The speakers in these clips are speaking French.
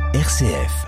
RCF.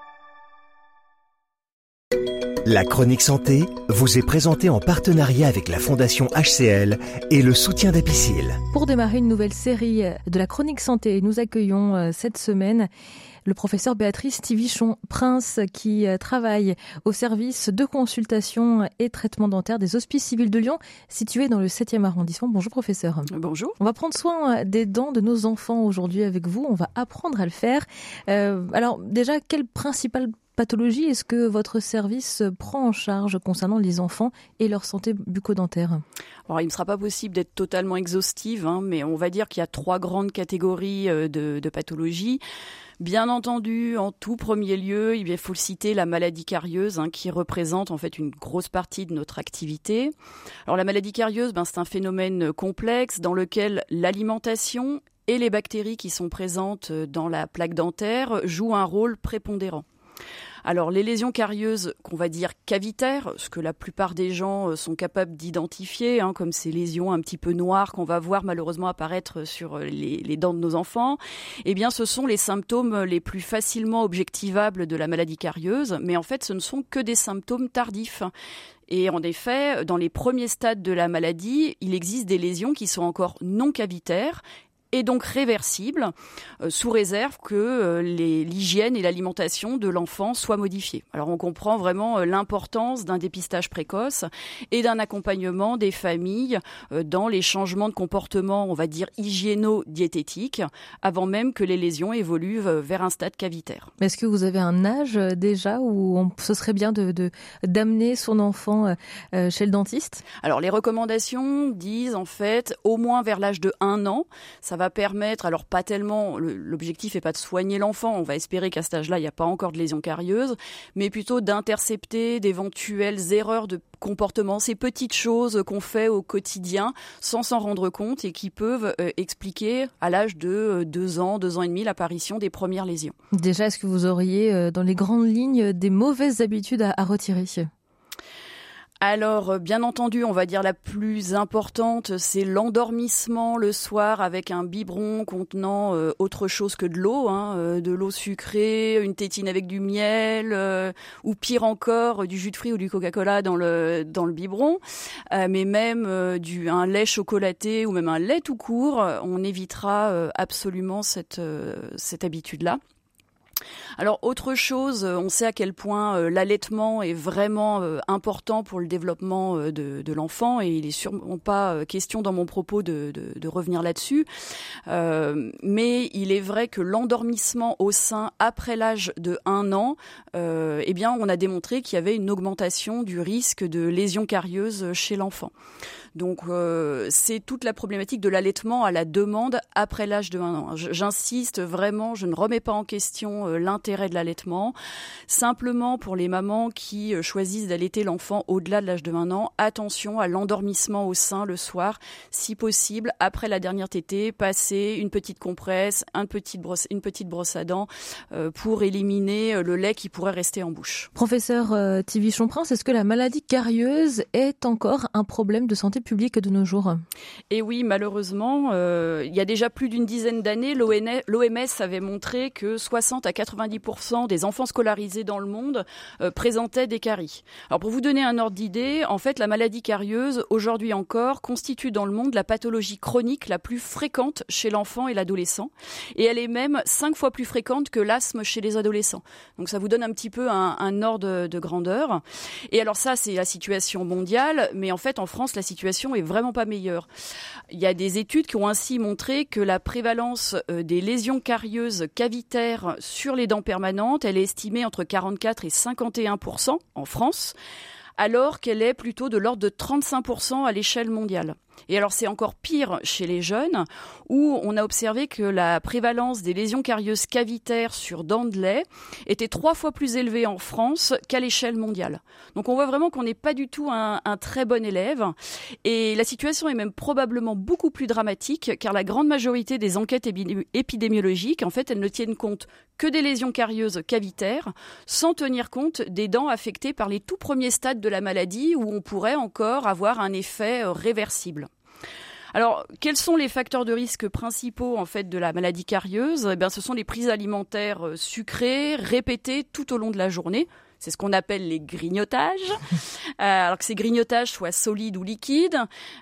La chronique santé vous est présentée en partenariat avec la Fondation HCL et le soutien d'Apicil. Pour démarrer une nouvelle série de la chronique santé, nous accueillons cette semaine le professeur Béatrice Thivichon-Prince qui travaille au service de consultation et traitement dentaire des Hospices civils de Lyon, situé dans le 7e arrondissement. Bonjour professeur. Bonjour. On va prendre soin des dents de nos enfants aujourd'hui avec vous. On va apprendre à le faire. Alors déjà, quelle principale pathologie est-ce que votre service prend en charge concernant les enfants et leur santé bucco-dentaire ? Alors, il ne sera pas possible d'être totalement exhaustive, mais on va dire qu'il y a 3 grandes catégories de pathologies. Bien entendu, en tout premier lieu, il faut citer la maladie carieuse qui représente en fait une grosse partie de notre activité. Alors la maladie carieuse, c'est un phénomène complexe dans lequel l'alimentation et les bactéries qui sont présentes dans la plaque dentaire jouent un rôle prépondérant. Alors les lésions carieuses qu'on va dire cavitaires, ce que la plupart des gens sont capables d'identifier, comme ces lésions un petit peu noires qu'on va voir malheureusement apparaître sur les dents de nos enfants, eh bien ce sont les symptômes les plus facilement objectivables de la maladie carieuse, mais en fait ce ne sont que des symptômes tardifs. Et en effet, dans les premiers stades de la maladie, il existe des lésions qui sont encore non cavitaires, et donc réversible, sous réserve que l'hygiène et l'alimentation de l'enfant soient modifiées. Alors on comprend vraiment l'importance d'un dépistage précoce et d'un accompagnement des familles dans les changements de comportement, on va dire hygiéno-diététiques, avant même que les lésions évoluent vers un stade cavitaire. Est-ce que vous avez un âge déjà où ce serait bien d'amener son enfant chez le dentiste ? Alors les recommandations disent en fait au moins vers l'âge de 1 an, ça va permettre, alors pas tellement, l'objectif n'est pas de soigner l'enfant, on va espérer qu'à cet âge-là, il n'y a pas encore de lésions carieuses, mais plutôt d'intercepter d'éventuelles erreurs de comportement, ces petites choses qu'on fait au quotidien sans s'en rendre compte et qui peuvent expliquer à l'âge de 2 ans, 2 ans et demi, l'apparition des premières lésions. Déjà, est-ce que vous auriez dans les grandes lignes des mauvaises habitudes à retirer ? Alors, bien entendu, on va dire la plus importante, c'est l'endormissement le soir avec un biberon contenant autre chose que de l'eau sucrée, une tétine avec du miel, ou pire encore, du jus de fruits ou du Coca-Cola dans le biberon, mais même un lait chocolaté ou même un lait tout court, on évitera absolument cette habitude-là. Alors autre chose, on sait à quel point l'allaitement est vraiment important pour le développement de l'enfant et il n'est sûrement pas question dans mon propos de revenir là-dessus. Mais il est vrai que l'endormissement au sein après l'âge de 1 an, on a démontré qu'il y avait une augmentation du risque de lésions carieuses chez l'enfant. Donc c'est toute la problématique de l'allaitement à la demande après l'âge de 1 an. J'insiste vraiment, je ne remets pas en question l'intérêt de l'allaitement. Simplement pour les mamans qui choisissent d'allaiter l'enfant au-delà de l'âge de 1 an, attention à l'endormissement au sein le soir. Si possible, après la dernière tétée, passer une petite compresse, une petite brosse à dents pour éliminer le lait qui pourrait rester en bouche. Professeur Thivichon-Prince, est-ce que la maladie carieuse est encore un problème de santé publique de nos jours ? Et oui, malheureusement, il y a déjà plus d'une dizaine d'années, l'OMS avait montré que 60 à 90% des enfants scolarisés dans le monde présentaient des caries. Alors pour vous donner un ordre d'idée, en fait, la maladie carieuse, aujourd'hui encore, constitue dans le monde la pathologie chronique la plus fréquente chez l'enfant et l'adolescent. Et elle est même 5 fois plus fréquente que l'asthme chez les adolescents. Donc ça vous donne un petit peu un ordre de grandeur. Et alors ça, c'est la situation mondiale, mais en fait, en France, la situation est vraiment pas meilleure. Il y a des études qui ont ainsi montré que la prévalence des lésions carieuses cavitaires sur les dents permanentes, elle est estimée entre 44 et 51% en France, alors qu'elle est plutôt de l'ordre de 35% à l'échelle mondiale. Et alors c'est encore pire chez les jeunes, où on a observé que la prévalence des lésions carieuses cavitaires sur dents de lait était 3 fois plus élevée en France qu'à l'échelle mondiale. Donc on voit vraiment qu'on n'est pas du tout un très bon élève. Et la situation est même probablement beaucoup plus dramatique, car la grande majorité des enquêtes épidémiologiques, en fait, elles ne tiennent compte que des lésions carieuses cavitaires, sans tenir compte des dents affectées par les tout premiers stades de la maladie, où on pourrait encore avoir un effet réversible. Alors, quels sont les facteurs de risque principaux en fait de la maladie carieuse ? Ce sont les prises alimentaires sucrées, répétées tout au long de la journée. C'est ce qu'on appelle les grignotages, alors que ces grignotages soient solides ou liquides,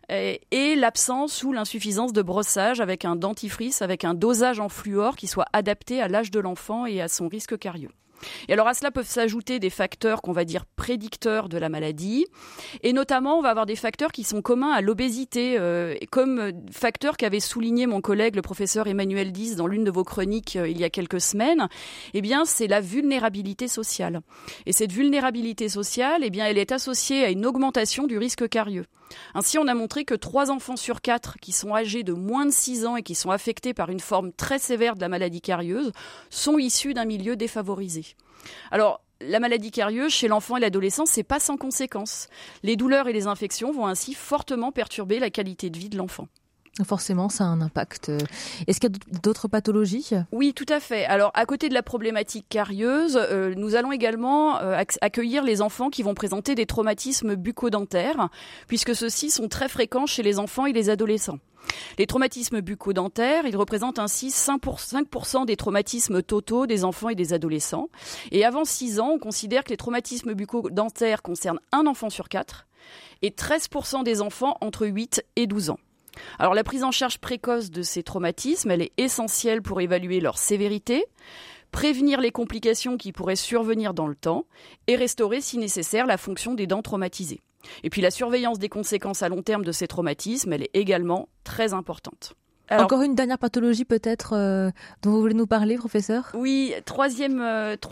et l'absence ou l'insuffisance de brossage avec un dentifrice, avec un dosage en fluor qui soit adapté à l'âge de l'enfant et à son risque carieux. Et alors à cela peuvent s'ajouter des facteurs qu'on va dire prédicteurs de la maladie, et notamment on va avoir des facteurs qui sont communs à l'obésité, comme facteurs qu'avait souligné mon collègue le professeur Emmanuel Diz dans l'une de vos chroniques il y a quelques semaines. C'est la vulnérabilité sociale. Et cette vulnérabilité sociale, elle est associée à une augmentation du risque carieux. Ainsi, on a montré que 3 enfants sur 4 qui sont âgés de moins de 6 ans et qui sont affectés par une forme très sévère de la maladie carieuse sont issus d'un milieu défavorisé. Alors, la maladie carieuse chez l'enfant et l'adolescent, c'est pas sans conséquences. Les douleurs et les infections vont ainsi fortement perturber la qualité de vie de l'enfant. Forcément, ça a un impact. Est-ce qu'il y a d'autres pathologies ? Oui, tout à fait. Alors, à côté de la problématique carieuse, nous allons également accueillir les enfants qui vont présenter des traumatismes bucco-dentaires, puisque ceux-ci sont très fréquents chez les enfants et les adolescents. Les traumatismes bucco-dentaires, ils représentent ainsi 5% des traumatismes totaux des enfants et des adolescents. Et avant 6 ans, on considère que les traumatismes bucco-dentaires concernent un enfant sur 4 et 13% des enfants entre 8 et 12 ans. Alors la prise en charge précoce de ces traumatismes, elle est essentielle pour évaluer leur sévérité, prévenir les complications qui pourraient survenir dans le temps et restaurer si nécessaire la fonction des dents traumatisées. Et puis la surveillance des conséquences à long terme de ces traumatismes, elle est également très importante. Alors, encore une dernière pathologie peut-être dont vous voulez nous parler, professeur ? Oui, troisième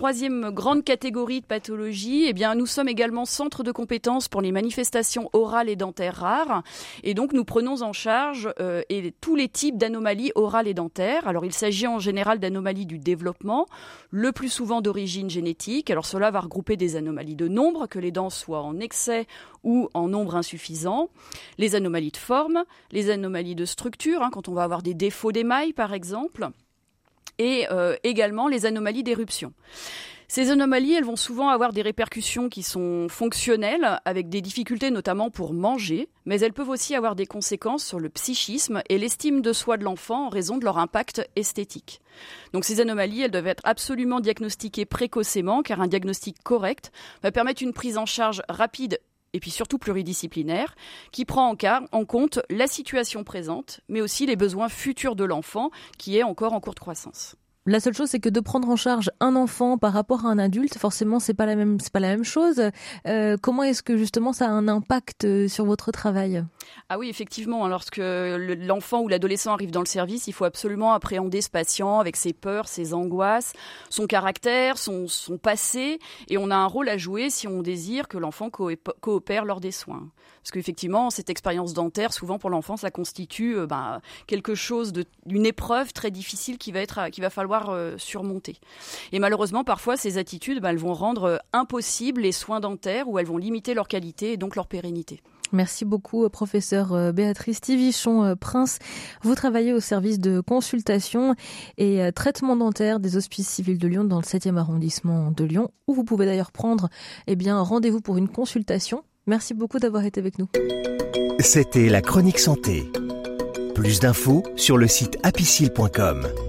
grande catégorie de pathologie, nous sommes également centre de compétences pour les manifestations orales et dentaires rares. Et donc, nous prenons en charge tous les types d'anomalies orales et dentaires. Alors, il s'agit en général d'anomalies du développement, le plus souvent d'origine génétique. Alors, cela va regrouper des anomalies de nombre, que les dents soient en excès ou en nombre insuffisant, les anomalies de forme, les anomalies de structure, quand on va avoir des défauts d'émail par exemple, et également les anomalies d'éruption. Ces anomalies, elles vont souvent avoir des répercussions qui sont fonctionnelles, avec des difficultés notamment pour manger, mais elles peuvent aussi avoir des conséquences sur le psychisme et l'estime de soi de l'enfant en raison de leur impact esthétique. Donc ces anomalies, elles doivent être absolument diagnostiquées précocement, car un diagnostic correct va permettre une prise en charge rapide et puis surtout pluridisciplinaire, qui prend en compte la situation présente, mais aussi les besoins futurs de l'enfant, qui est encore en cours de croissance. La seule chose, c'est que de prendre en charge un enfant par rapport à un adulte, forcément, c'est pas la même chose. Comment est-ce que justement ça a un impact sur votre travail ? Ah oui, effectivement, lorsque l'enfant ou l'adolescent arrive dans le service, il faut absolument appréhender ce patient avec ses peurs, ses angoisses, son caractère, son passé, et on a un rôle à jouer si on désire que l'enfant coopère lors des soins. Parce qu'effectivement, cette expérience dentaire, souvent pour l'enfant, ça constitue quelque chose d'une épreuve très difficile qu'il va falloir surmonter. Et malheureusement, parfois, ces attitudes, elles vont rendre impossibles les soins dentaires ou elles vont limiter leur qualité et donc leur pérennité. Merci beaucoup, professeur Béatrice Thivichon-Prince. Vous travaillez au service de consultation et traitement dentaire des Hospices civils de Lyon dans le 7e arrondissement de Lyon, où vous pouvez d'ailleurs prendre rendez-vous pour une consultation. Merci beaucoup d'avoir été avec nous. C'était la Chronique Santé. Plus d'infos sur le site apicil.com.